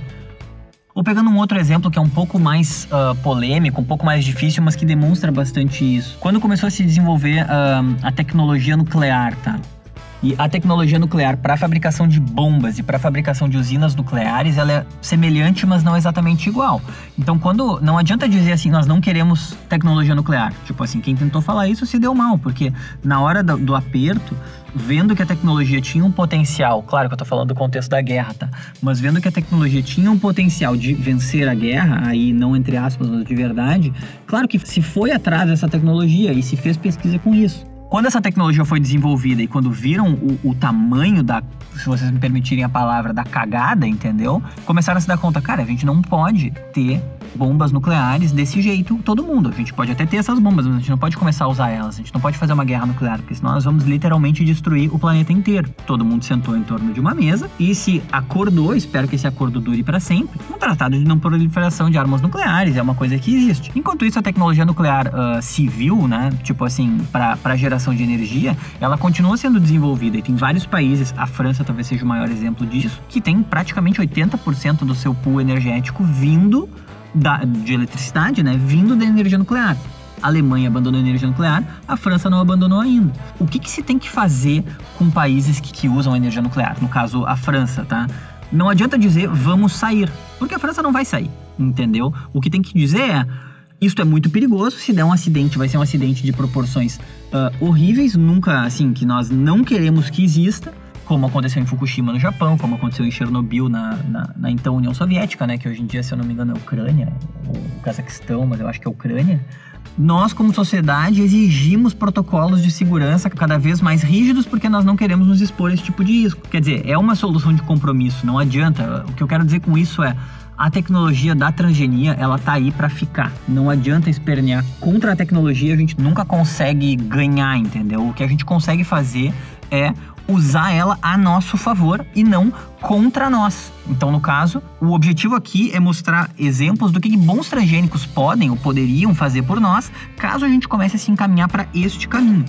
Ou pegando um outro exemplo que é um pouco mais uh, polêmico, um pouco mais difícil, mas que demonstra bastante isso. Quando começou a se desenvolver uh, a tecnologia nuclear, tá? E a tecnologia nuclear para a fabricação de bombas e para a fabricação de usinas nucleares, ela é semelhante, mas não exatamente igual. Então, quando não adianta dizer assim, nós não queremos tecnologia nuclear. Tipo assim, quem tentou falar isso se deu mal, porque na hora do, do aperto, vendo que a tecnologia tinha um potencial, claro que eu tô falando do contexto da guerra, tá? Mas vendo que a tecnologia tinha um potencial de vencer a guerra, aí não entre aspas, mas de verdade, claro que se foi atrás dessa tecnologia e se fez pesquisa com isso. Quando essa tecnologia foi desenvolvida e quando viram o, o tamanho da, se vocês me permitirem a palavra, da cagada, entendeu? Começaram a se dar conta, cara, a gente não pode ter bombas nucleares desse jeito, todo mundo. A gente pode até ter essas bombas, mas a gente não pode começar a usar elas. A gente não pode fazer uma guerra nuclear, porque senão nós vamos literalmente destruir o planeta inteiro. Todo mundo sentou em torno de uma mesa e se acordou, espero que esse acordo dure para sempre, um tratado de não proliferação de armas nucleares, é uma coisa que existe. Enquanto isso, a tecnologia nuclear uh, civil, né, tipo assim, para geração de energia, ela continua sendo desenvolvida e tem vários países, a França talvez seja o maior exemplo disso, que tem praticamente oitenta por cento do seu pool energético vindo Da, de eletricidade, né, vindo da energia nuclear. A Alemanha abandonou a energia nuclear, a França não abandonou ainda. O que, que se tem que fazer com países que, que usam a energia nuclear? No caso, a França, tá? Não adianta dizer, vamos sair, porque a França não vai sair, entendeu? O que tem que dizer é, isto é muito perigoso, se der um acidente, vai ser um acidente de proporções uh, horríveis, nunca, assim, que nós não queremos que exista, como aconteceu em Fukushima, no Japão, como aconteceu em Chernobyl, na, na, na então União Soviética, né, que hoje em dia, se eu não me engano, é a Ucrânia, ou o Cazaquistão, mas eu acho que é a Ucrânia. Nós, como sociedade, exigimos protocolos de segurança cada vez mais rígidos porque nós não queremos nos expor a esse tipo de risco. Quer dizer, é uma solução de compromisso, não adianta. O que eu quero dizer com isso é, a tecnologia da transgenia, ela tá aí para ficar. Não adianta espernear contra a tecnologia, a gente nunca consegue ganhar, entendeu? O que a gente consegue fazer é usar ela a nosso favor e não contra nós. Então, no caso, o objetivo aqui é mostrar exemplos do que bons transgênicos podem ou poderiam fazer por nós, caso a gente comece a se encaminhar para este caminho.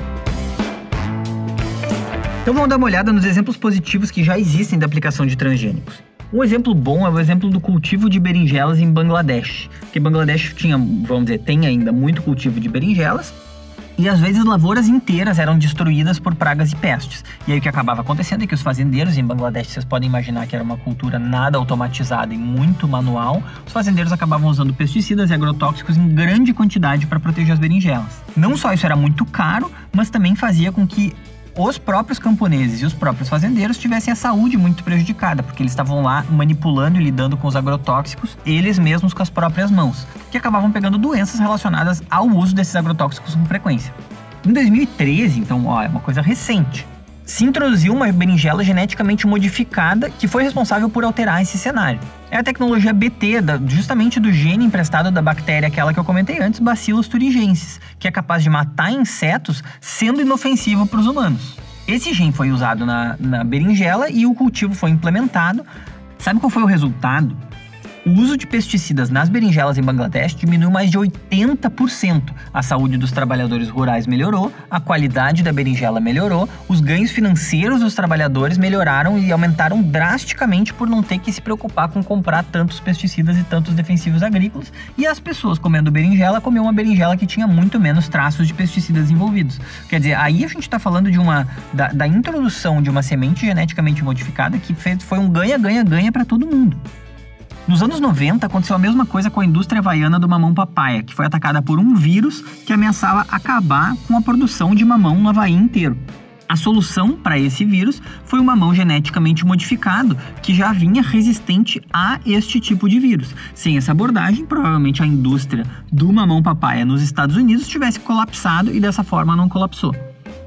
Então, vamos dar uma olhada nos exemplos positivos que já existem da aplicação de transgênicos. Um exemplo bom é o exemplo do cultivo de berinjelas em Bangladesh, porque Bangladesh tinha, vamos dizer, tem ainda muito cultivo de berinjelas, e às vezes lavouras inteiras eram destruídas por pragas e pestes. E aí o que acabava acontecendo é que os fazendeiros em Bangladesh, vocês podem imaginar que era uma cultura nada automatizada e muito manual, os fazendeiros acabavam usando pesticidas e agrotóxicos em grande quantidade para proteger as berinjelas. Não só isso era muito caro, mas também fazia com que os próprios camponeses e os próprios fazendeiros tivessem a saúde muito prejudicada, porque eles estavam lá manipulando e lidando com os agrotóxicos, eles mesmos com as próprias mãos, que acabavam pegando doenças relacionadas ao uso desses agrotóxicos com frequência. Em dois mil e treze, então, ó, é uma coisa recente, se introduziu uma berinjela geneticamente modificada que foi responsável por alterar esse cenário. É a tecnologia B T, justamente do gene emprestado da bactéria, aquela que eu comentei antes, Bacillus thuringiensis, que é capaz de matar insetos sendo inofensivo para os humanos. Esse gene foi usado na, na berinjela e o cultivo foi implementado. Sabe qual foi o resultado? O uso de pesticidas nas berinjelas em Bangladesh diminuiu mais de oitenta por cento. A saúde dos trabalhadores rurais melhorou, a qualidade da berinjela melhorou, os ganhos financeiros dos trabalhadores melhoraram e aumentaram drasticamente por não ter que se preocupar com comprar tantos pesticidas e tantos defensivos agrícolas, e as pessoas comendo berinjela comiam uma berinjela que tinha muito menos traços de pesticidas envolvidos. Quer dizer, aí a gente está falando de uma, da, da introdução de uma semente geneticamente modificada que fez, foi um ganha-ganha-ganha para todo mundo. Nos anos noventa, aconteceu a mesma coisa com a indústria havaiana do mamão papaya, que foi atacada por um vírus que ameaçava acabar com a produção de mamão no Havaí inteiro. A solução para esse vírus foi um mamão geneticamente modificado, que já vinha resistente a este tipo de vírus. Sem essa abordagem, provavelmente a indústria do mamão papaya nos Estados Unidos tivesse colapsado e dessa forma não colapsou.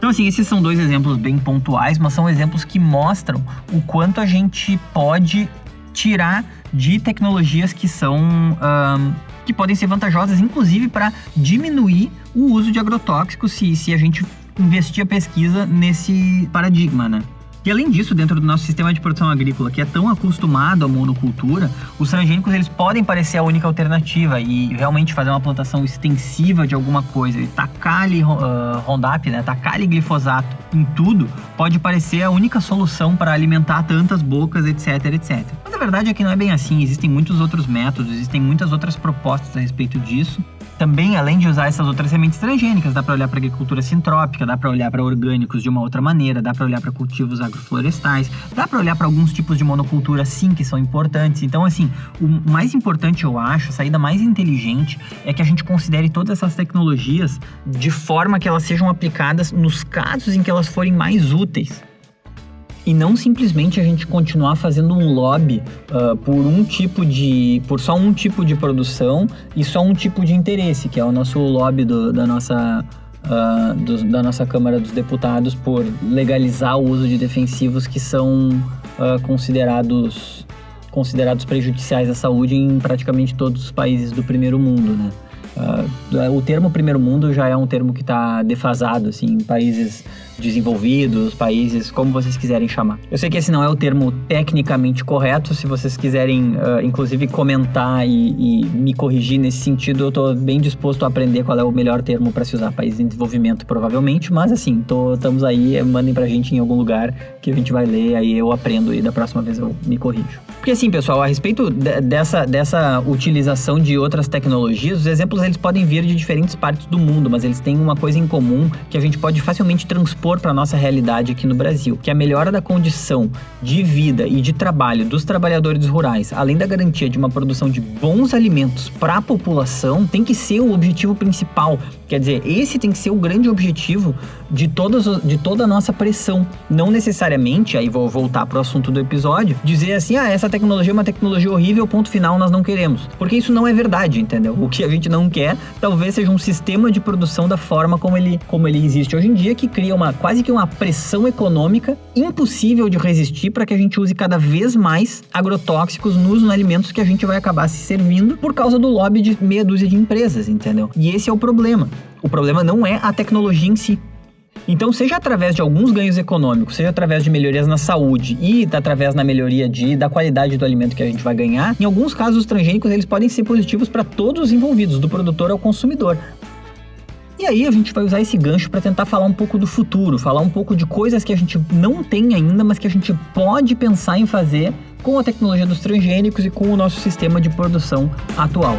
Então, assim, esses são dois exemplos bem pontuais, mas são exemplos que mostram o quanto a gente pode tirar de tecnologias que são... Um, que podem ser vantajosas, inclusive para diminuir o uso de agrotóxicos se, se a gente investir a pesquisa nesse paradigma, né? E além disso, dentro do nosso sistema de produção agrícola, que é tão acostumado à monocultura, os transgênicos eles podem parecer a única alternativa e realmente fazer uma plantação extensiva de alguma coisa e tacar ali uh, Roundup, né, tacar ali glifosato em tudo, pode parecer a única solução para alimentar tantas bocas, etc, etcétera. Mas a verdade é que não é bem assim, existem muitos outros métodos, existem muitas outras propostas a respeito disso. Também, além de usar essas outras sementes transgênicas, dá para olhar para agricultura sintrópica, dá para olhar para orgânicos de uma outra maneira, dá para olhar para cultivos agroflorestais, dá para olhar para alguns tipos de monocultura, sim, que são importantes. Então, assim, o mais importante, eu acho, a saída mais inteligente é que a gente considere todas essas tecnologias de forma que elas sejam aplicadas nos casos em que elas forem mais úteis. E não simplesmente a gente continuar fazendo um lobby uh, por um tipo de... por só um tipo de produção e só um tipo de interesse, que é o nosso lobby do, da, nossa, uh, do, da nossa Câmara dos Deputados por legalizar o uso de defensivos que são uh, considerados, considerados prejudiciais à saúde em praticamente todos os países do primeiro mundo, né? Uh, o termo primeiro mundo já é um termo que está defasado, assim, em países desenvolvidos, países, como vocês quiserem chamar. Eu sei que esse não é o termo tecnicamente correto, se vocês quiserem, uh, inclusive, comentar e, e me corrigir nesse sentido, eu estou bem disposto a aprender qual é o melhor termo para se usar. País em desenvolvimento, provavelmente, mas assim, tô, estamos aí, mandem pra gente em algum lugar que a gente vai ler, aí eu aprendo e da próxima vez eu me corrijo. Porque assim, pessoal, a respeito de, dessa, dessa utilização de outras tecnologias, os exemplos eles podem vir de diferentes partes do mundo, mas eles têm uma coisa em comum que a gente pode facilmente transpor para a nossa realidade aqui no Brasil, que é a melhora da condição de vida e de trabalho dos trabalhadores rurais, além da garantia de uma produção de bons alimentos para a população, tem que ser o objetivo principal. Quer dizer, esse tem que ser o grande objetivo de, todas, de toda a nossa pressão. Não necessariamente, aí vou voltar para o assunto do episódio, dizer assim, ah, essa tecnologia é uma tecnologia horrível, ponto final, nós não queremos. Porque isso não é verdade, entendeu? O que a gente não quer, talvez seja um sistema de produção da forma como ele, como ele existe hoje em dia, que cria uma, quase que uma pressão econômica impossível de resistir para que a gente use cada vez mais agrotóxicos nos alimentos que a gente vai acabar se servindo por causa do lobby de meia dúzia de empresas, entendeu? E esse é o problema. O problema não é a tecnologia em si. Então, seja através de alguns ganhos econômicos, seja através de melhorias na saúde e através na melhoria de, da qualidade do alimento que a gente vai ganhar, em alguns casos os transgênicos eles podem ser positivos para todos os envolvidos, do produtor ao consumidor. E aí a gente vai usar esse gancho para tentar falar um pouco do futuro, falar um pouco de coisas que a gente não tem ainda, mas que a gente pode pensar em fazer com a tecnologia dos transgênicos e com o nosso sistema de produção atual.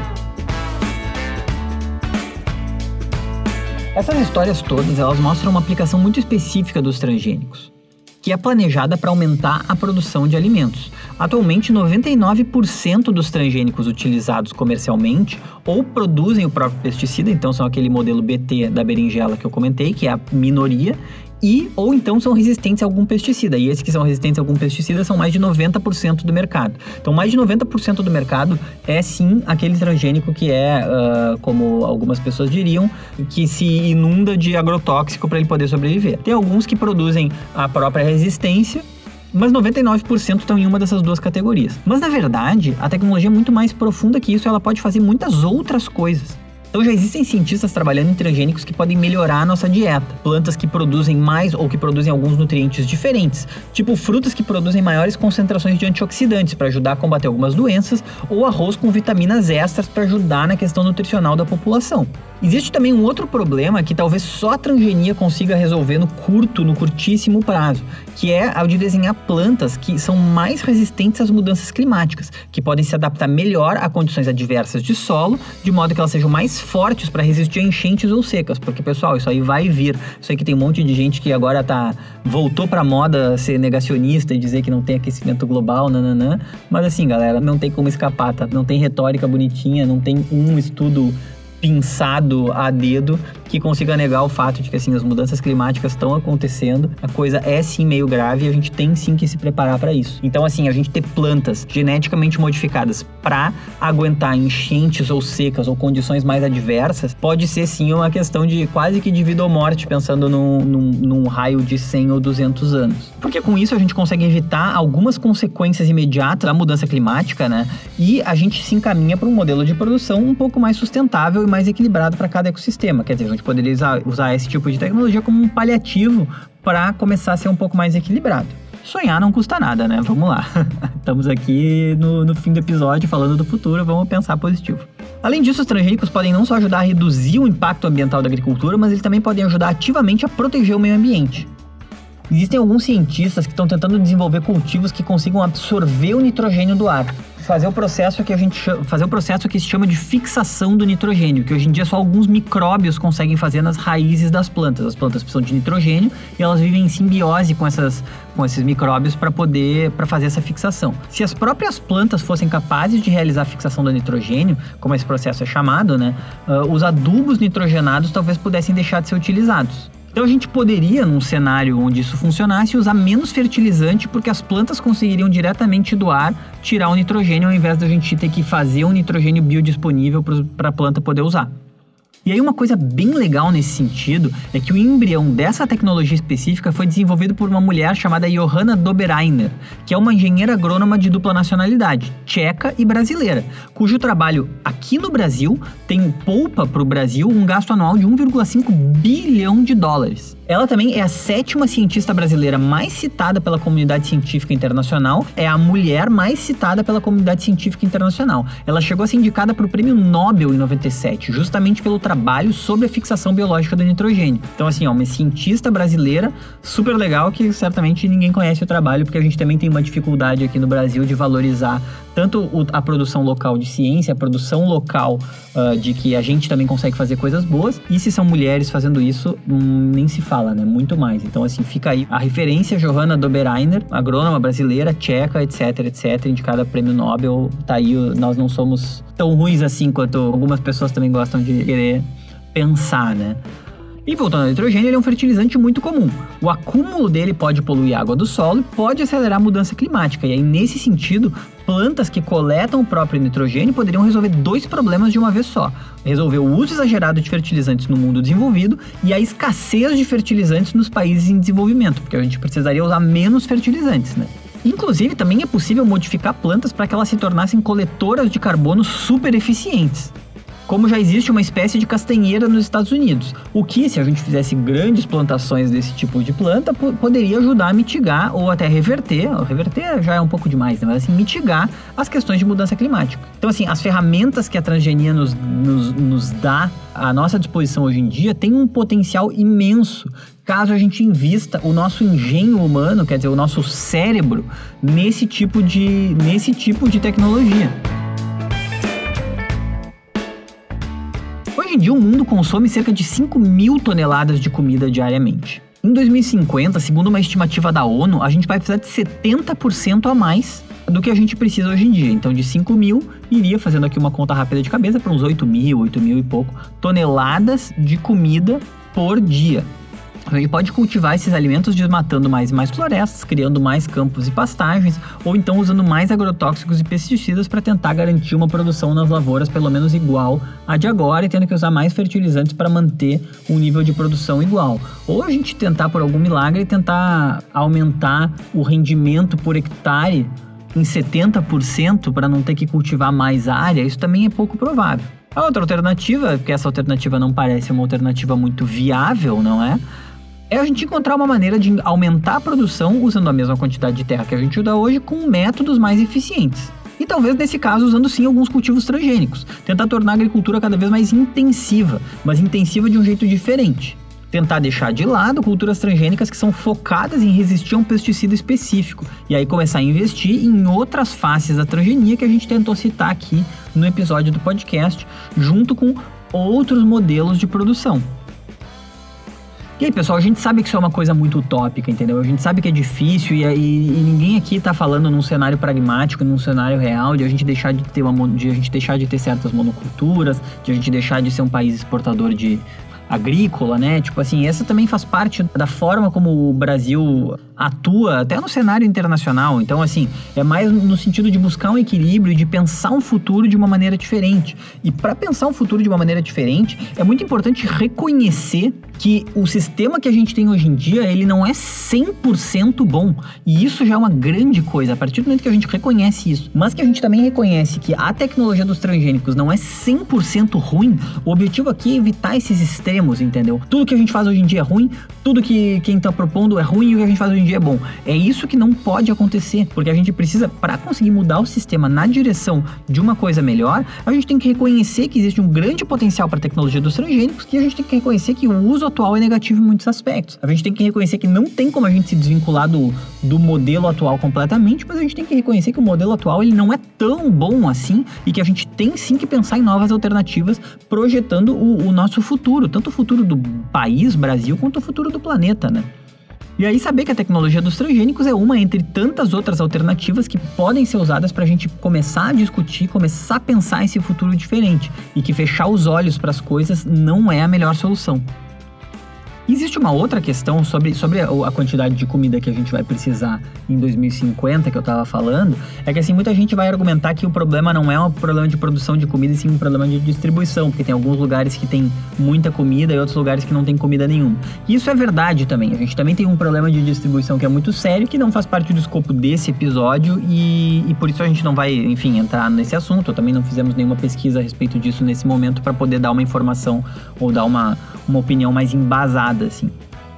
Essas histórias todas, elas mostram uma aplicação muito específica dos transgênicos, que é planejada para aumentar a produção de alimentos. Atualmente, noventa e nove por cento dos transgênicos utilizados comercialmente ou produzem o próprio pesticida, então são aquele modelo B T da berinjela que eu comentei, que é a minoria, e ou então são resistentes a algum pesticida. E esses que são resistentes a algum pesticida são mais de noventa por cento do mercado. Então, mais de noventa por cento do mercado é sim aquele transgênico que é, uh, como algumas pessoas diriam, que se inunda de agrotóxico para ele poder sobreviver. Tem alguns que produzem a própria resistência, mas noventa e nove por cento estão em uma dessas duas categorias. Mas, na verdade, a tecnologia é muito mais profunda que isso, ela pode fazer muitas outras coisas. Então já existem cientistas trabalhando em transgênicos que podem melhorar a nossa dieta. Plantas que produzem mais ou que produzem alguns nutrientes diferentes, tipo frutas que produzem maiores concentrações de antioxidantes para ajudar a combater algumas doenças, ou arroz com vitaminas extras para ajudar na questão nutricional da população. Existe também um outro problema que talvez só a transgenia consiga resolver no curto, no curtíssimo prazo, que é o de desenhar plantas que são mais resistentes às mudanças climáticas, que podem se adaptar melhor a condições adversas de solo, de modo que elas sejam mais fortes para resistir a enchentes ou secas, porque, pessoal, isso aí vai vir. Isso aí que tem um monte de gente que agora tá, voltou pra moda ser negacionista e dizer que não tem aquecimento global, nananã, mas assim, galera, não tem como escapar, tá? Não tem retórica bonitinha, não tem um estudo pinçado a dedo que consiga negar o fato de que, assim, as mudanças climáticas estão acontecendo, a coisa é sim meio grave e a gente tem sim que se preparar para isso. Então, assim, a gente ter plantas geneticamente modificadas para aguentar enchentes ou secas ou condições mais adversas pode ser sim uma questão de quase que de vida ou morte, pensando num, num, num raio de cem ou duzentos anos. Porque com isso a gente consegue evitar algumas consequências imediatas da mudança climática, né? E a gente se encaminha para um modelo de produção um pouco mais sustentável e mais equilibrado para cada ecossistema. Quer dizer, a gente poderia usar, usar esse tipo de tecnologia como um paliativo para começar a ser um pouco mais equilibrado. Sonhar não custa nada, né? Vamos lá. Estamos aqui no, no fim do episódio falando do futuro, vamos pensar positivo. Além disso, os transgênicos podem não só ajudar a reduzir o impacto ambiental da agricultura, mas eles também podem ajudar ativamente a proteger o meio ambiente. Existem alguns cientistas que estão tentando desenvolver cultivos que consigam absorver o nitrogênio do ar. Fazer o processo que a gente chama, fazer o processo que se chama de fixação do nitrogênio, que hoje em dia só alguns micróbios conseguem fazer nas raízes das plantas. As plantas precisam de nitrogênio e elas vivem em simbiose com, essas, com esses micróbios para poder para fazer essa fixação. Se as próprias plantas fossem capazes de realizar a fixação do nitrogênio, como esse processo é chamado, né, uh, os adubos nitrogenados talvez pudessem deixar de ser utilizados. Então a gente poderia, num cenário onde isso funcionasse, usar menos fertilizante porque as plantas conseguiriam diretamente do ar tirar o nitrogênio ao invés da gente ter que fazer um nitrogênio biodisponível para a planta poder usar. E aí uma coisa bem legal nesse sentido é que o embrião dessa tecnologia específica foi desenvolvido por uma mulher chamada Johanna Dobereiner, que é uma engenheira agrônoma de dupla nacionalidade, tcheca e brasileira, cujo trabalho aqui no Brasil tem poupa para o Brasil um gasto anual de um vírgula cinco bilhão de dólares. Ela também é a sétima cientista brasileira mais citada pela comunidade científica internacional, é a mulher mais citada pela comunidade científica internacional. Ela chegou a ser indicada para o Prêmio Nobel em noventa e sete, justamente pelo trabalho sobre a fixação biológica do nitrogênio. Então, assim, ó, uma cientista brasileira super legal que certamente ninguém conhece o trabalho, porque a gente também tem uma dificuldade aqui no Brasil de valorizar tanto a produção local de ciência, a produção local uh, de que a gente também consegue fazer coisas boas, e se são mulheres fazendo isso, hum, nem se fala, né? Muito mais. Então, assim, fica aí a referência, Johanna Dobereiner, agrônoma brasileira, tcheca, etc, etc, indicada a Prêmio Nobel. Tá aí, nós não somos tão ruins assim quanto algumas pessoas também gostam de querer pensar, né? E voltando ao nitrogênio, ele é um fertilizante muito comum. O acúmulo dele pode poluir a água do solo e pode acelerar a mudança climática. E aí, nesse sentido, plantas que coletam o próprio nitrogênio poderiam resolver dois problemas de uma vez só. Resolver o uso exagerado de fertilizantes no mundo desenvolvido e a escassez de fertilizantes nos países em desenvolvimento, porque a gente precisaria usar menos fertilizantes, né? Inclusive, também é possível modificar plantas para que elas se tornassem coletoras de carbono super eficientes, como já existe uma espécie de castanheira nos Estados Unidos, o que, se a gente fizesse grandes plantações desse tipo de planta, p- poderia ajudar a mitigar ou até reverter, reverter já é um pouco demais, né? Mas assim, mitigar as questões de mudança climática. Então, assim, as ferramentas que a transgenia nos, nos, nos dá à nossa disposição hoje em dia têm um potencial imenso, caso a gente invista o nosso engenho humano, quer dizer, o nosso cérebro, nesse tipo de, nesse tipo de tecnologia. Hoje em dia, o mundo consome cerca de cinco mil toneladas de comida diariamente. Em dois mil e cinquenta, segundo uma estimativa da ONU, a gente vai precisar de setenta por cento a mais do que a gente precisa hoje em dia. Então, de cinco mil, iria, fazendo aqui uma conta rápida de cabeça, para uns oito mil, oito mil e pouco toneladas de comida por dia. A gente pode cultivar esses alimentos desmatando mais e mais florestas, criando mais campos e pastagens, ou então usando mais agrotóxicos e pesticidas para tentar garantir uma produção nas lavouras pelo menos igual à de agora e tendo que usar mais fertilizantes para manter um nível de produção igual. Ou a gente tentar, por algum milagre, tentar aumentar o rendimento por hectare em setenta por cento para não ter que cultivar mais área, isso também é pouco provável. A outra alternativa, porque essa alternativa não parece uma alternativa muito viável, não é? É a gente encontrar uma maneira de aumentar a produção usando a mesma quantidade de terra que a gente usa hoje com métodos mais eficientes. E talvez nesse caso usando sim alguns cultivos transgênicos. Tentar tornar a agricultura cada vez mais intensiva, mas intensiva de um jeito diferente. Tentar deixar de lado culturas transgênicas que são focadas em resistir a um pesticida específico. E aí começar a investir em outras faces da transgenia que a gente tentou citar aqui no episódio do podcast, junto com outros modelos de produção. E aí, pessoal, a gente sabe que isso é uma coisa muito utópica, entendeu? A gente sabe que é difícil e, e, e ninguém aqui tá falando num cenário pragmático, num cenário real, de a gente deixar de ter uma, de a gente deixar de ter certas monoculturas, de a gente deixar de ser um país exportador de, agrícola, né? Tipo assim, essa também faz parte da forma como o Brasil atua, até no cenário internacional. Então, assim, é mais no sentido de buscar um equilíbrio e de pensar um futuro de uma maneira diferente. E para pensar um futuro de uma maneira diferente, é muito importante reconhecer que o sistema que a gente tem hoje em dia, ele não é cem por cento bom. E isso já é uma grande coisa. A partir do momento que a gente reconhece isso, mas que a gente também reconhece que a tecnologia dos transgênicos não é cem por cento ruim, o objetivo aqui é evitar esses extremos, entendeu? Tudo que a gente faz hoje em dia é ruim, tudo que quem tá propondo é ruim e o que a gente faz hoje em dia é bom. É isso que não pode acontecer, porque a gente precisa, para conseguir mudar o sistema na direção de uma coisa melhor, a gente tem que reconhecer que existe um grande potencial para a tecnologia dos transgênicos, e a gente tem que reconhecer que o uso atual é negativo em muitos aspectos. A gente tem que reconhecer que não tem como a gente se desvincular do, do modelo atual completamente, mas a gente tem que reconhecer que o modelo atual ele não é tão bom assim e que a gente tem sim que pensar em novas alternativas, projetando o, o nosso futuro, tanto o futuro do país, Brasil, quanto o futuro do planeta, né? E aí saber que a tecnologia dos transgênicos é uma entre tantas outras alternativas que podem ser usadas para a gente começar a discutir, começar a pensar esse futuro diferente, e que fechar os olhos para as coisas não é a melhor solução. Existe uma outra questão sobre, sobre a quantidade de comida que a gente vai precisar em dois mil e cinquenta, que eu tava falando, é que assim, muita gente vai argumentar que o problema não é um problema de produção de comida, e sim um problema de distribuição, porque tem alguns lugares que tem muita comida e outros lugares que não tem comida nenhuma. E isso é verdade também, a gente também tem um problema de distribuição que é muito sério, que não faz parte do escopo desse episódio, e, e por isso a gente não vai, enfim, entrar nesse assunto. Também não fizemos nenhuma pesquisa a respeito disso nesse momento para poder dar uma informação ou dar uma, uma opinião mais embasada, assim.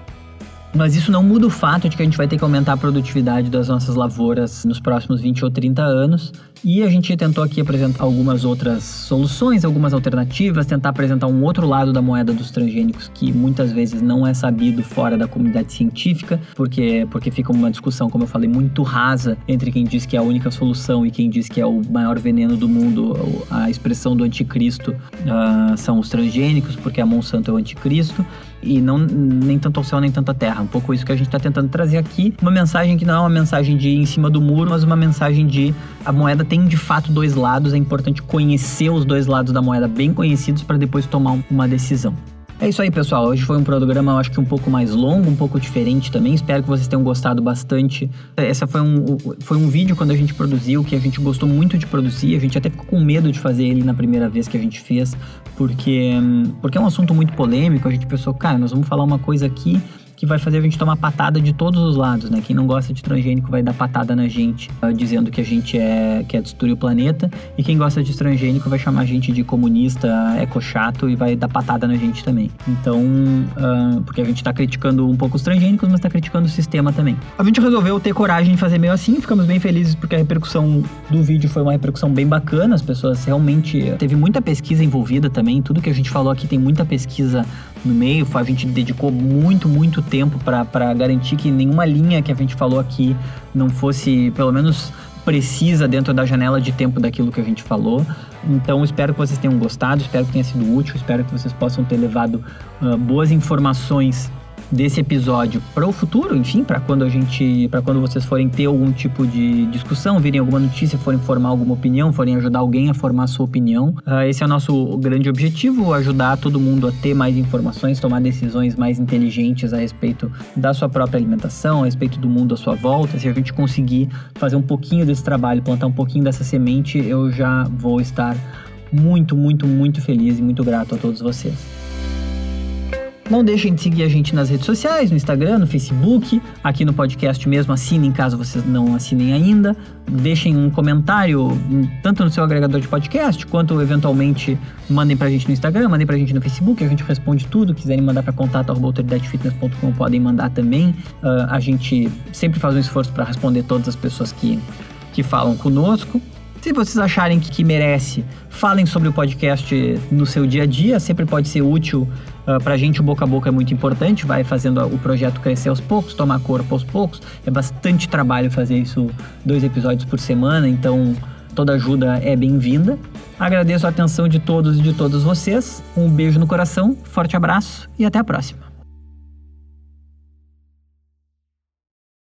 Mas isso não muda o fato de que a gente vai ter que aumentar a produtividade das nossas lavouras nos próximos vinte ou trinta anos. E a gente tentou aqui apresentar algumas outras soluções, algumas alternativas, tentar apresentar um outro lado da moeda dos transgênicos que muitas vezes não é sabido fora da comunidade científica, porque, porque fica uma discussão, como eu falei, muito rasa entre quem diz que é a única solução e quem diz que é o maior veneno do mundo. A expressão do anticristo uh, são os transgênicos, porque a Monsanto é o anticristo, e não, nem tanto ao céu, nem tanto à terra. Um pouco isso que a gente está tentando trazer aqui, uma mensagem que não é uma mensagem de ir em cima do muro, mas uma mensagem de a moeda tem de fato dois lados, é importante conhecer os dois lados da moeda bem conhecidos para depois tomar uma decisão. É isso aí, pessoal. Hoje foi um programa, eu acho que um pouco mais longo, um pouco diferente também. Espero que vocês tenham gostado bastante. Essa foi um, foi um vídeo quando a gente produziu, que a gente gostou muito de produzir. A gente até ficou com medo de fazer ele na primeira vez que a gente fez, porque, porque é um assunto muito polêmico. A gente pensou, cara, nós vamos falar uma coisa aqui que vai fazer a gente tomar patada de todos os lados, né? Quem não gosta de transgênico vai dar patada na gente, uh, dizendo que a gente é, quer destruir o planeta, e quem gosta de transgênico vai chamar a gente de comunista, ecochato, e vai dar patada na gente também. Então, uh, porque a gente tá criticando um pouco os transgênicos, mas tá criticando o sistema também. A gente resolveu ter coragem de fazer meio assim, ficamos bem felizes porque a repercussão do vídeo foi uma repercussão bem bacana, as pessoas realmente... Teve muita pesquisa envolvida também, tudo que a gente falou aqui tem muita pesquisa no meio, a gente dedicou muito, muito tempo para garantir que nenhuma linha que a gente falou aqui não fosse, pelo menos, precisa dentro da janela de tempo daquilo que a gente falou. Então, espero que vocês tenham gostado, espero que tenha sido útil, espero que vocês possam ter levado uh, boas informações desse episódio para o futuro, enfim, para quando a gente, para quando vocês forem ter algum tipo de discussão, virem alguma notícia, forem formar alguma opinião, forem ajudar alguém a formar a sua opinião. Uh, esse é o nosso grande objetivo, ajudar todo mundo a ter mais informações, tomar decisões mais inteligentes a respeito da sua própria alimentação, a respeito do mundo à sua volta. Se a gente conseguir fazer um pouquinho desse trabalho, plantar um pouquinho dessa semente, eu já vou estar muito, muito, muito feliz e muito grato a todos vocês. Não deixem de seguir a gente nas redes sociais, no Instagram, no Facebook, aqui no podcast mesmo, assinem caso vocês não assinem ainda. Deixem um comentário, tanto no seu agregador de podcast, quanto eventualmente mandem pra gente no Instagram, mandem pra gente no Facebook, a gente responde tudo. Quiserem mandar para contato arroba autoridade fitness ponto com, podem mandar também. Uh, a gente sempre faz um esforço para responder todas as pessoas que, que falam conosco. Se vocês acharem que, que merece, falem sobre o podcast no seu dia a dia, sempre pode ser útil. Uh, pra gente o boca a boca é muito importante, vai fazendo o projeto crescer aos poucos, tomar corpo aos poucos. É bastante trabalho fazer isso, dois episódios por semana, então toda ajuda é bem-vinda. Agradeço a atenção de todos e de todas vocês, um beijo no coração, forte abraço e até a próxima.